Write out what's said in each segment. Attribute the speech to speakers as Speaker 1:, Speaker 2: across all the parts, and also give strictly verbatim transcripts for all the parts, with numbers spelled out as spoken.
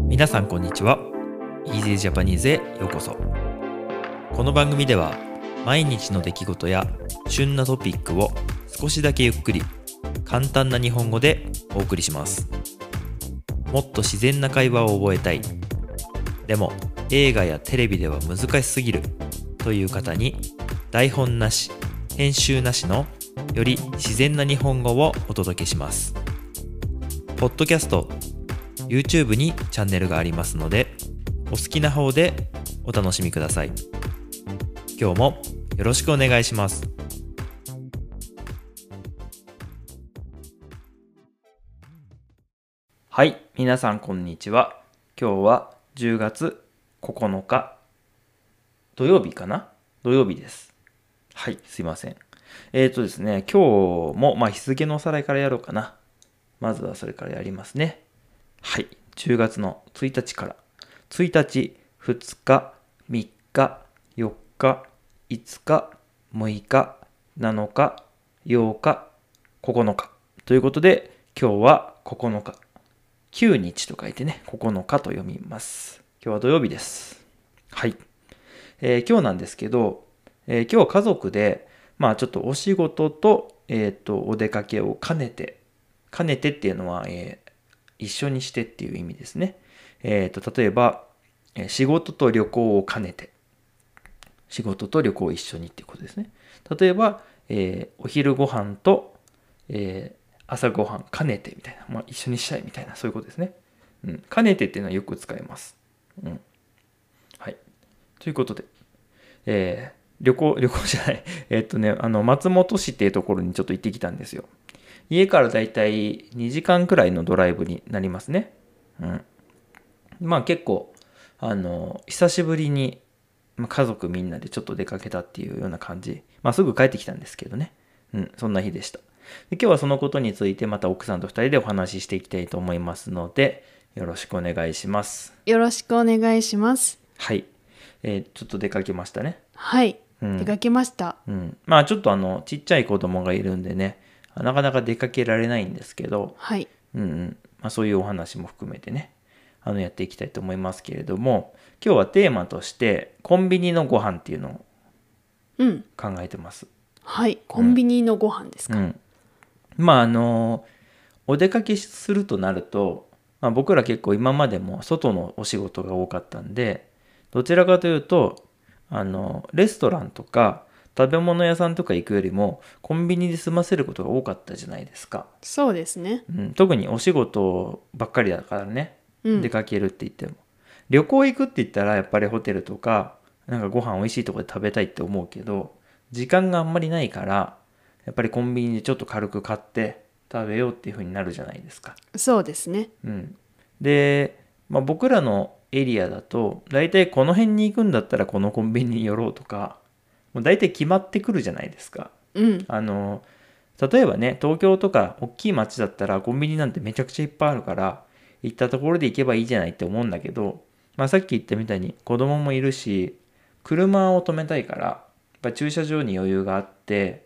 Speaker 1: 皆さんこんにちは。 Easy Japanese へようこそ。この番組では毎日の出来事や旬なトピックを少しだけゆっくり簡単な日本語でお送りします。もっと自然な会話を覚えたい、でも映画やテレビでは難しすぎるという方に、台本なし編集なしのより自然な日本語をお届けします。ポッドキャスト、YouTube にチャンネルがありますので、お好きな方でお楽しみください。今日もよろしくお願いします。はい、皆さんこんにちは。今日はじゅうがつここのか土曜日かな土曜日です。はい、すいません。えーとですね、今日もまあ日付のおさらいからやろうかな。まずはそれからやりますね。はい、じゅうがつのついたちから。ついたち、ふつか、みっか、よっか、いつか、むいか、なのか、ようか、ここのか。ということで、今日はここのか。きゅうにちと書いてね、ここのかと読みます。今日は土曜日です。はい。えー、今日なんですけど、えー、今日は家族で、まあちょっとお仕事と、えっと、お出かけを兼ねて、兼ねてっていうのは、えー、一緒にしてっていう意味ですね。えっと、例えば、仕事と旅行を兼ねて。仕事と旅行を一緒にっていうことですね。例えば、えー、お昼ご飯と、えー、朝ご飯兼ねてみたいな。まあ、一緒にしたいみたいな、そういうことですね。うん。兼ねてっていうのはよく使います。うん。はい。ということで、えー、旅行、旅行じゃない。えー、っとね、あの、松本市っていうところにちょっと行ってきたんですよ。家からだいたいにじかんくらいのドライブになりますね。うん。まあ結構、あの、久しぶりに家族みんなでちょっと出かけたっていうような感じ。まあすぐ帰ってきたんですけどね。うん、そんな日でした。で今日はそのことについてまた奥さんとふたりでお話ししていきたいと思いますので、よろしくお願いします。
Speaker 2: よろしくお願いします。
Speaker 1: はい。えー、ちょっと出かけましたね。
Speaker 2: はい、
Speaker 1: うん、
Speaker 2: 出かけました。
Speaker 1: うん。まあちょっとあの、ちっちゃい子供がいるんでね、なかなか出かけられないんですけど、
Speaker 2: はい。
Speaker 1: うんうん。まあそういうお話も含めてね、あのやっていきたいと思いますけれども、今日はテーマとしてコンビニのご飯っていうのを考えてます。
Speaker 2: うん、はい、コンビニのご飯ですか。
Speaker 1: うん、まああのお出かけするとなると、まあ、僕ら結構今までも外のお仕事が多かったんで、どちらかというとあのレストランとか食べ物屋さんとか行くよりもコンビニで済ませることが多かったじゃないですか。
Speaker 2: そうですね。
Speaker 1: うん、特にお仕事ばっかりだからね、
Speaker 2: うん、
Speaker 1: 出かけるって言っても。旅行行くって言ったらやっぱりホテルとか、なんかご飯美味しいところで食べたいって思うけど、時間があんまりないから、やっぱりコンビニでちょっと軽く買って食べようっていう風になるじゃないですか。
Speaker 2: そうですね。
Speaker 1: うん。で、まあ、僕らのエリアだと、大体この辺に行くんだったらこのコンビニに寄ろうとか、もう大体決まってくるじゃないですか。
Speaker 2: うん。
Speaker 1: あの、例えばね、東京とか大きい街だったらコンビニなんてめちゃくちゃいっぱいあるから、行ったところで行けばいいじゃないって思うんだけど、まあさっき言ったみたいに子供もいるし、車を止めたいから、やっぱ駐車場に余裕があって、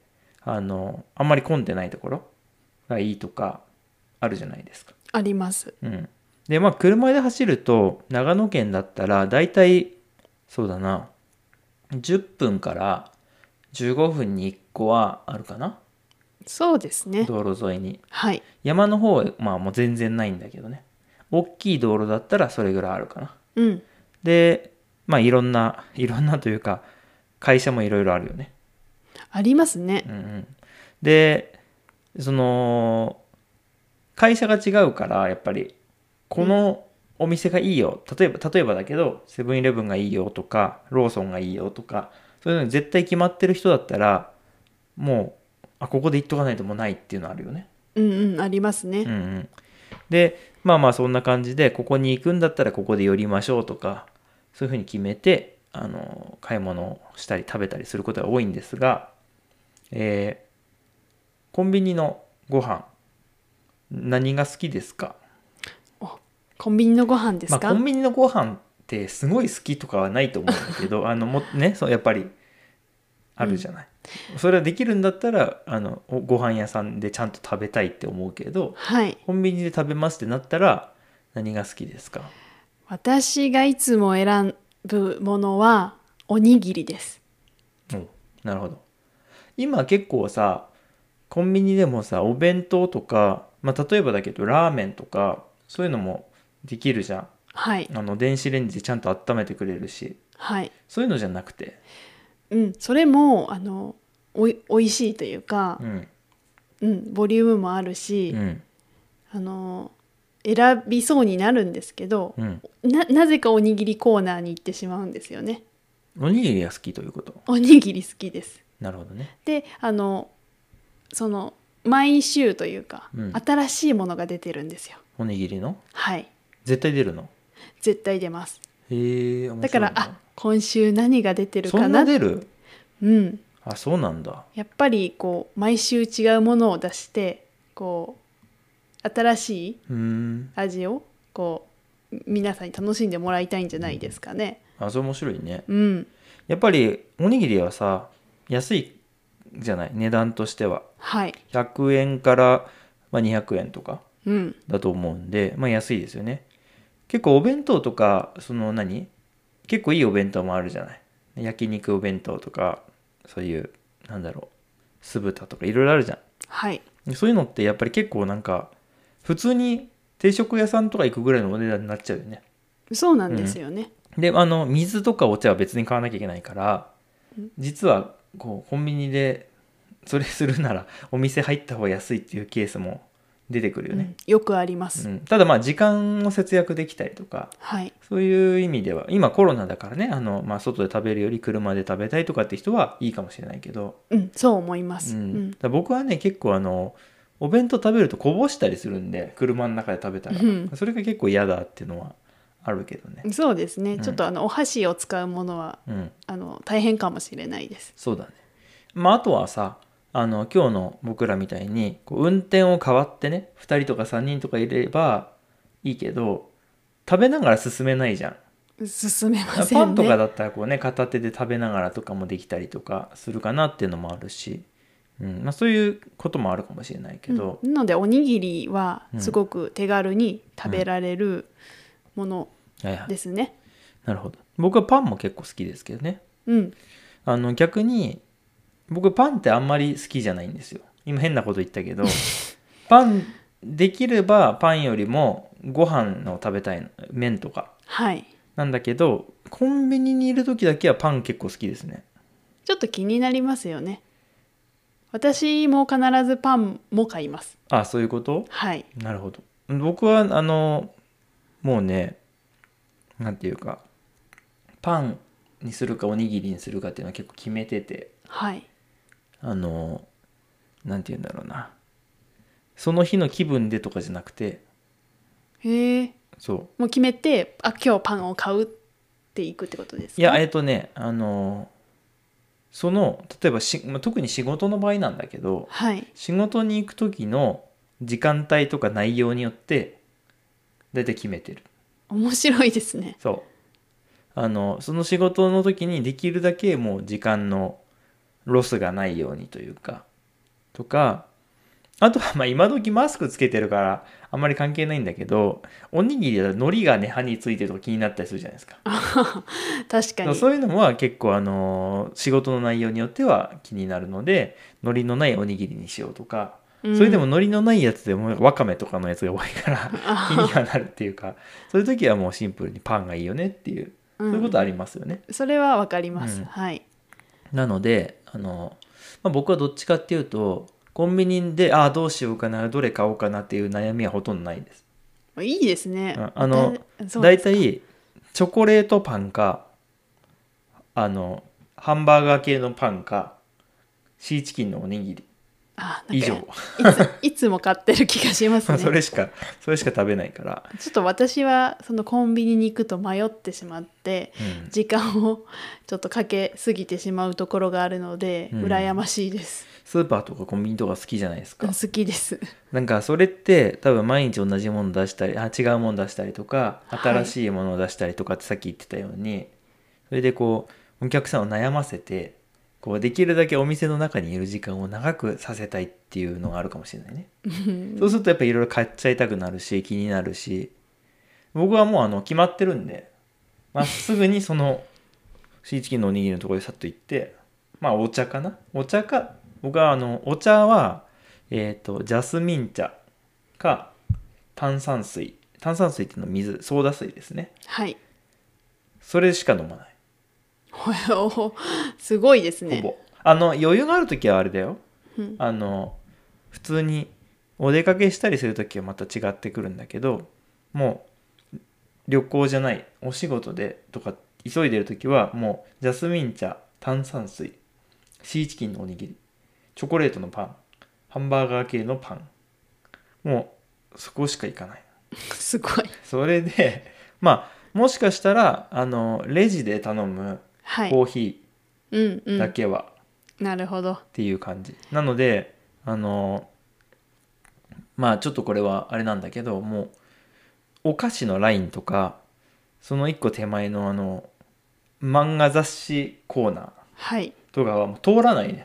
Speaker 1: あの、あんまり混んでないところがいいとか、あるじゃないですか。
Speaker 2: あります。
Speaker 1: うん。で、まあ車で走ると、長野県だったら、だいたい、そうだな、じゅっぷんからじゅうごふんにいっこはあるかな。
Speaker 2: そうですね。
Speaker 1: 道路沿いに。
Speaker 2: はい。
Speaker 1: 山の方はまあもう全然ないんだけどね。大きい道路だったらそれぐらいあるかな。
Speaker 2: うん。
Speaker 1: で、まあいろんな、いろんなというか、会社もいろいろあるよね。
Speaker 2: ありますね。
Speaker 1: うんうん。で、その、会社が違うから、やっぱり、このお店がいいよ。例えば、例えばだけど、セブンイレブンがいいよとか、ローソンがいいよとか、そういうの絶対決まってる人だったら、もう、あ、ここで行っとかないともうないっていうのあるよね。
Speaker 2: うんうん、ありますね。
Speaker 1: うんうん。で、まあまあそんな感じで、ここに行くんだったらここで寄りましょうとか、そういうふうに決めて、あの、買い物をしたり食べたりすることが多いんですが、えー、コンビニのご飯、何が好きですか？
Speaker 2: お、コンビニのご飯ですか？
Speaker 1: まあコンビニのご飯ってすごい好きとかはないと思うんだけど、あの、もね、そう、やっぱりあるじゃない。うん、それはできるんだったら、あの、ご飯屋さんでちゃんと食べたいって思うけど、
Speaker 2: はい。
Speaker 1: コンビニで食べますってなったら、何が好きですか？
Speaker 2: 私がいつも選ぶものはおにぎりです。
Speaker 1: お、なるほど。今結構さ、コンビニでもさ、お弁当とか、まあ、例えばだけどラーメンとかそういうのもできるじゃん。
Speaker 2: はい。
Speaker 1: あの電子レンジでちゃんと温めてくれるし、
Speaker 2: はい。
Speaker 1: そういうのじゃなくて、
Speaker 2: うん、それもあのおい、おいしいというか
Speaker 1: う、ん
Speaker 2: うん、ボリュームもあるし、
Speaker 1: うん
Speaker 2: あの選びそうになるんですけど、
Speaker 1: うん、
Speaker 2: な、なぜかおにぎりコーナーに行ってしまうんですよね。
Speaker 1: おにぎりが好きということ。
Speaker 2: おにぎり好きです。
Speaker 1: なるほどね。
Speaker 2: で、あのその毎週というか、
Speaker 1: うん
Speaker 2: 新しいものが出てるんですよ。
Speaker 1: おにぎりの
Speaker 2: はい、
Speaker 1: 絶対出るの？
Speaker 2: 絶対出ます。
Speaker 1: へえ、面白いな。
Speaker 2: だからあ今週何が出てる
Speaker 1: そん
Speaker 2: かな。
Speaker 1: な出る？
Speaker 2: うん、
Speaker 1: あ、そうなんだ。
Speaker 2: やっぱりこう毎週違うものを出してこう新しいう
Speaker 1: ーん。
Speaker 2: 味をこう皆さんに楽しんでもらいたいんじゃないですかね。
Speaker 1: あ、それ面白いね。
Speaker 2: うん、
Speaker 1: やっぱりおにぎりはさ、安いじゃない、値段としては。
Speaker 2: はい、
Speaker 1: ひゃくえんから、まあ、にひゃくえんとか
Speaker 2: うん、
Speaker 1: だと思うんで、まあ安いですよね。結構お弁当とか、その何結構いいお弁当もあるじゃない。焼肉お弁当とか、そういう、なんだろう、酢豚とかいろいろあるじゃ
Speaker 2: はい、
Speaker 1: ん。そういうのってやっぱり結構なんか、普通に定食屋さんとか行くぐらいのお値段になっちゃうよね。
Speaker 2: そうなんですよね。
Speaker 1: で、あの、水とかお茶は別に買わなきゃいけないから
Speaker 2: うん、
Speaker 1: 実はこうコンビニでそれするならお店入った方が安いっていうケースも出てくるよね。
Speaker 2: うん、よくあります。
Speaker 1: うん、ただまあ時間を節約できたりとか、
Speaker 2: はい、
Speaker 1: そういう意味では今コロナだからね、あの、まあ、外で食べるより車で食べたいとかって人はいいかもしれないけど、
Speaker 2: うん、そう思いま
Speaker 1: う
Speaker 2: す。うん
Speaker 1: ん、だから僕はね結構あのお弁当食べるとこぼしたりするんで、車の中で食べたら、
Speaker 2: うん
Speaker 1: それが結構嫌だっていうのはあるけどね。
Speaker 2: そうですね、
Speaker 1: うん
Speaker 2: ちょっとあのお箸を使うものは
Speaker 1: うん
Speaker 2: あの大変かもしれないです。
Speaker 1: そうだね。まあ、あとはさ、あの、今日の僕らみたいに、こう運転を代わってね、ふたりとかさんにんとかいればいいけど、食べながら進めないじゃん。
Speaker 2: 進めませんね。
Speaker 1: パンとかだったらこうね、片手で食べながらとかもできたりとかするかなっていうのもあるし、うんまあ、そういうこともあるかもしれないけど、
Speaker 2: うん、なのでおにぎりはすごく手軽に食べられるもの
Speaker 1: はいはい、
Speaker 2: ですね。
Speaker 1: なるほど。僕はパンも結構好きですけどね。
Speaker 2: うん、
Speaker 1: あの、逆に、僕パンってあんまり好きじゃないんですよ。今変なこと言ったけど、パン、できればパンよりもご飯を食べたいの。麺とか。
Speaker 2: はい。
Speaker 1: なんだけど、コンビニにいる時だけはパン結構好きですね。
Speaker 2: ちょっと気になりますよね。私も必ずパンも買います。
Speaker 1: あ、そういうこと？
Speaker 2: はい。
Speaker 1: なるほど。僕は、あの、もうね、なんていうか、パンにするかおにぎりにするかっていうのは結構決めてて、
Speaker 2: はい。
Speaker 1: あの、なんていうんだろうな。その日の気分でとかじゃなくて、
Speaker 2: へえ。
Speaker 1: そう。
Speaker 2: もう決めて、あ、今日パンを買うっていくってことですか？
Speaker 1: いや、えっとね、あの、その、例えばし、まあ特に仕事の場合なんだけど、
Speaker 2: はい。
Speaker 1: 仕事に行く時の時間帯とか内容によって、だいたい決めてる。
Speaker 2: 面白いですね。
Speaker 1: そう。あの、その仕事の時にできるだけもう時間のロスがないようにというか、とか、あとはまあ今時マスクつけてるからあんまり関係ないんだけど、おにぎりだと海苔がね、歯についてるとか気になったりするじゃないですか。
Speaker 2: 確かに。
Speaker 1: そういうのは結構あの仕事の内容によっては気になるので、海苔のないおにぎりにしようとか、
Speaker 2: うん
Speaker 1: それでも海苔のないやつでもわかめとかのやつが多いから気にはなるっていうか、そういう時はもうシンプルにパンがいいよねっていう、そういうことありますよね。
Speaker 2: それはわかります。
Speaker 1: うん
Speaker 2: はい。
Speaker 1: なので、あの、まあ、僕はどっちかっていうと、コンビニで、ああ、どうしようかな、どれ買おうかなっていう悩みはほとんどないです。
Speaker 2: いいですね。
Speaker 1: うんあの
Speaker 2: だそう
Speaker 1: だい
Speaker 2: ですか
Speaker 1: たいチョコレートパンか、あの、ハンバーガー系のパンか、シーチキンのおにぎり
Speaker 2: あ、なんか
Speaker 1: 以上。
Speaker 2: いついつも買ってる気がしますね。
Speaker 1: それしか、それしか食べないから。
Speaker 2: ちょっと私はそのコンビニに行くと迷ってしまって、
Speaker 1: うん
Speaker 2: 時間をちょっとかけすぎてしまうところがあるので、
Speaker 1: うん
Speaker 2: 羨ましいです。
Speaker 1: スーパーとかコンビニとか好きじゃないですか。
Speaker 2: 好きです。
Speaker 1: なんかそれって多分毎日同じもの出したり、あ、違うもの出したりとか、
Speaker 2: はい
Speaker 1: 新しいものを出したりとかってさっき言ってたように、それでこう、お客さんを悩ませて、こうできるだけお店の中にいる時間を長くさせたいっていうのがあるかもしれないね。そうするとやっぱいろいろ買っちゃいたくなるし、気になるし、 僕はもうあの決まってるんで、まっすぐにそのシーチキンのおにぎりのところでさっと行って、まあお茶かな、お茶か、僕はあのお茶はえっ、とジャスミン茶か炭酸水、炭酸水っていうのは水、ソーダ水ですね。
Speaker 2: はい。
Speaker 1: それしか飲まない。
Speaker 2: ほお、すごいですね。
Speaker 1: ほぼ。あの余裕がある時はあれだよ。
Speaker 2: うん、
Speaker 1: あの普通にお出かけしたりする時はまた違ってくるんだけど、もう旅行じゃないお仕事でとか急いでる時はもうジャスミン茶、炭酸水、シーチキンのおにぎり、チョコレートのパン、ハンバーガー系のパン、もうそこしか行かない。
Speaker 2: すごい。
Speaker 1: それでまあもしかしたらあのレジで頼む
Speaker 2: はい。
Speaker 1: コーヒ
Speaker 2: うんう
Speaker 1: ーだ
Speaker 2: ん。
Speaker 1: けは
Speaker 2: なるほど。
Speaker 1: っていう感じ、なのであのまあちょっとこれはあれなんだけど、もうお菓子のラインとかその一個手前のあの漫画雑誌コーナー
Speaker 2: はい。
Speaker 1: とかはもう通らないね。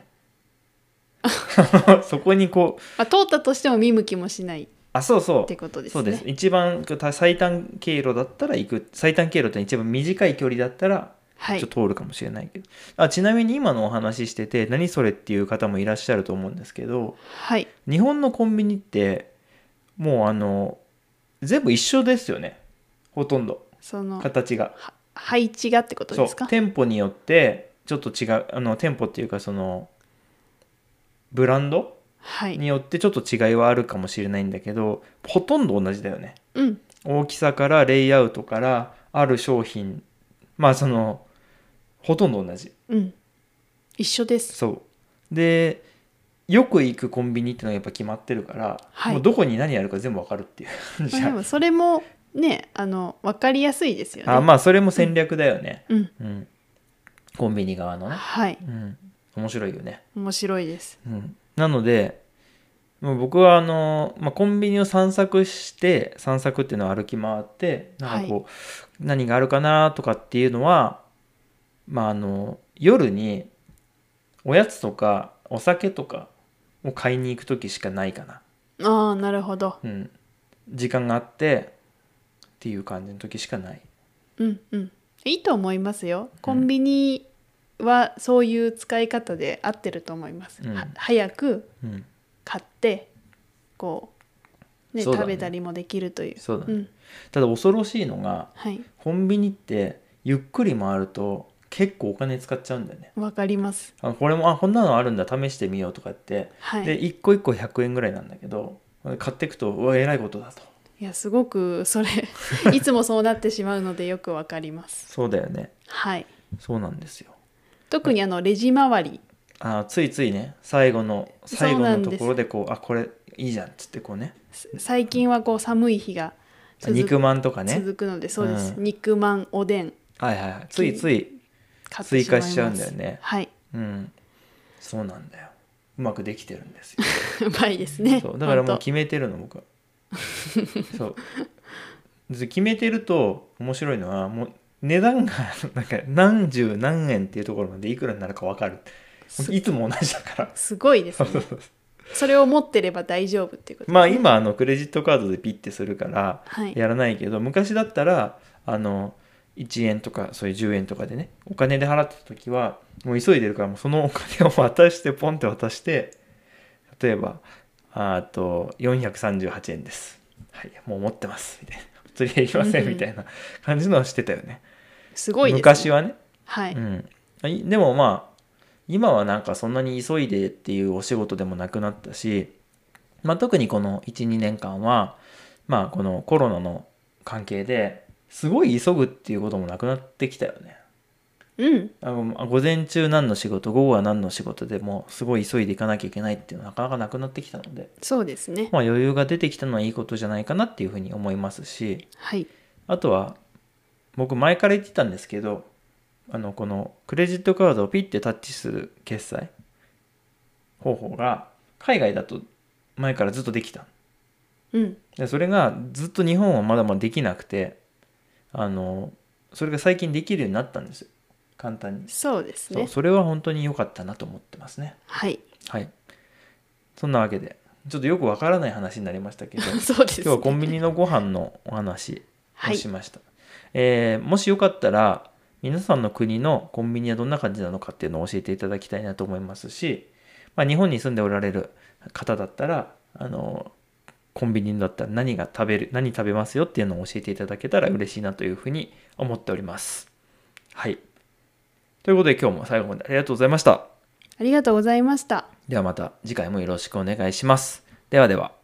Speaker 1: そこにこう、
Speaker 2: まあ、通ったとしても見向きもしないっ
Speaker 1: あ、そうそう
Speaker 2: てことですね。
Speaker 1: そうです、一番最短経路だったら行く、最短経路って一番短い距離だったら
Speaker 2: はい。
Speaker 1: ちょっと通るかもしれないけど、あ、ちなみに今のお話ししてて何それっていう方もいらっしゃると思うんですけど、
Speaker 2: はい。
Speaker 1: 日本のコンビニってもうあの全部一緒ですよね、ほとんど
Speaker 2: その
Speaker 1: 形が。
Speaker 2: は配置がってこと
Speaker 1: そう
Speaker 2: ですか？
Speaker 1: 店舗によってちょっと違う、あの店舗っていうかそのブランド
Speaker 2: はい。
Speaker 1: によってちょっと違いはあるかもしれないんだけど、ほとんど同じだよね。
Speaker 2: うん。
Speaker 1: 大きさからレイアウトからある商品、まあそのほとんど同じ。
Speaker 2: うん。一緒です。
Speaker 1: そうで、よく行くコンビニってのはやっぱ決まってるから、
Speaker 2: はい。
Speaker 1: もうどこに何あるか全部わかるっていう感じ。
Speaker 2: まあでもそれもね、あの分かりやすいですよね。
Speaker 1: あ、まあそれも戦略だよね。
Speaker 2: うん。
Speaker 1: うん、コンビニ側のね。
Speaker 2: はい。
Speaker 1: うん、面白いよね。
Speaker 2: 面白いです。
Speaker 1: うん、なのでもう僕はあの、まあ、コンビニを散策して散策っていうのは歩き回ってなんかこう、
Speaker 2: はい。
Speaker 1: 何があるかなとかっていうのは、まあ、あの夜におやつとかお酒とかを買いに行く時しかないかな。
Speaker 2: ああ、なるほど。
Speaker 1: うん、時間があってっていう感じの時しかない。
Speaker 2: うんうん。いいと思いますよ。コン
Speaker 1: うん
Speaker 2: ビニはそういう使い方で合ってると思います。
Speaker 1: うん
Speaker 2: は早く
Speaker 1: うん、
Speaker 2: 買ってこうね、
Speaker 1: そうだね
Speaker 2: 食べたりもできるという。
Speaker 1: そうだね、
Speaker 2: うん。
Speaker 1: ただ恐ろしいのが
Speaker 2: はい。
Speaker 1: コンビニってゆっくり回ると結構お金使っちゃうんだよね。
Speaker 2: わかります。
Speaker 1: あ、これも、あ、こんなのあるんだ、試してみようとかって、で、
Speaker 2: はい。
Speaker 1: 一個一個ひゃくえんぐらいなんだけど、買っていくと、うわ、えらいことだと。
Speaker 2: いや、すごくそれいつもそうなってしまうのでよくわかります。
Speaker 1: そうだよね。
Speaker 2: はい。
Speaker 1: そうなんですよ。
Speaker 2: 特にあのレジ周り。
Speaker 1: あ、ついついね、最後の、最後のと
Speaker 2: そうなんです。
Speaker 1: ころでこう、あ、これいいじゃんっつってこうね、
Speaker 2: 最近はこう寒い日が続
Speaker 1: 肉まんとかね。
Speaker 2: 続くので、そうです。
Speaker 1: うん。
Speaker 2: 肉まん、おでん
Speaker 1: はいはいはい。ついつい追
Speaker 2: 買ってしまいます。
Speaker 1: 加しちゃうんだよね。
Speaker 2: はい。
Speaker 1: うん。そうなんだよ。うまくできてるんですよ。
Speaker 2: うまいですね。
Speaker 1: そう。だからもう
Speaker 2: 本
Speaker 1: 決めてるの、僕は。そう。で決めてると面白いのはもう値段がなんか何十何円っていうところまでいくらになるか分かる。
Speaker 2: 当
Speaker 1: いつも同じだから。
Speaker 2: すごいですね。それを持ってれば大丈夫っていうことですね。
Speaker 1: まあ今あのクレジットカードでピッてするから
Speaker 2: はい。
Speaker 1: やらないけど、昔だったらあのいちえんとかそういうじゅうえんとかでね、お金で払ってた時はもう急いでるからもうそのお金を渡してポンって渡して、例えばあとよんひゃくさんじゅうはちえんです、はい、もう持ってますみたいな、釣りいりませんみたいな感じのをしてたよね。
Speaker 2: すごいですね。
Speaker 1: 昔はね。
Speaker 2: はい。
Speaker 1: うん。いでもまあ今はなんかそんなに急いでっていうお仕事でもなくなったし、まあ、特にこのいち、にねんかんはまあこのコロナの関係ですごい急ぐっていうこともなくなってきたよね。
Speaker 2: うん。
Speaker 1: あの午前中何の仕事、午後は何の仕事でもすごい急いでいかなきゃいけないっていうのはなかなかなくなってきたので、
Speaker 2: そうですね。
Speaker 1: まあ、余裕が出てきたのはいいことじゃないかなっていうふうに思いますし、
Speaker 2: はい。
Speaker 1: あとは僕前から言ってたんですけど、あのこのクレジットカードをピッてタッチする決済方法が海外だと前からずっとできた。
Speaker 2: うん。
Speaker 1: でそれがずっと日本はまだまだできなくて、あのそれが最近できるようになったんですよ、簡単に。
Speaker 2: そうですね。
Speaker 1: そう、それは本当に良かったなと思ってますね。
Speaker 2: はい。
Speaker 1: はい。そんなわけでちょっとよくわからない話になりましたけど
Speaker 2: そうですね。
Speaker 1: 今日はコンビニのご飯のお話
Speaker 2: はい
Speaker 1: をしました。えーもしよかったら、皆さんの国のコンビニはどんな感じなのかっていうのを教えていただきたいなと思いますし、まあ、日本に住んでおられる方だったら、あの、コンビニだったら何が食べる、何食べますよっていうのを教えていただけたら嬉しいなというふうに思っております。はい。ということで今日も最後までありがとうございました。
Speaker 2: ありがとうございました。
Speaker 1: ではまた次回もよろしくお願いします。ではでは。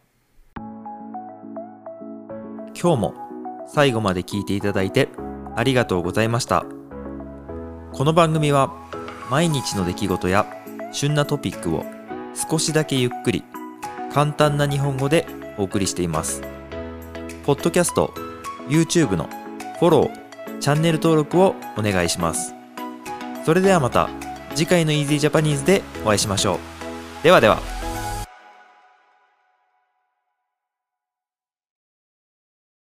Speaker 1: 今日も最後まで聞いていただいてありがとうございました。この番組は毎日の出来事や旬なトピックを少しだけゆっくり簡単な日本語でお送りしています。ポッドキャスト、YouTube のフォロー、チャンネル登録をお願いします。それではまた次回の Easy Japanese でお会いしましょう。ではでは。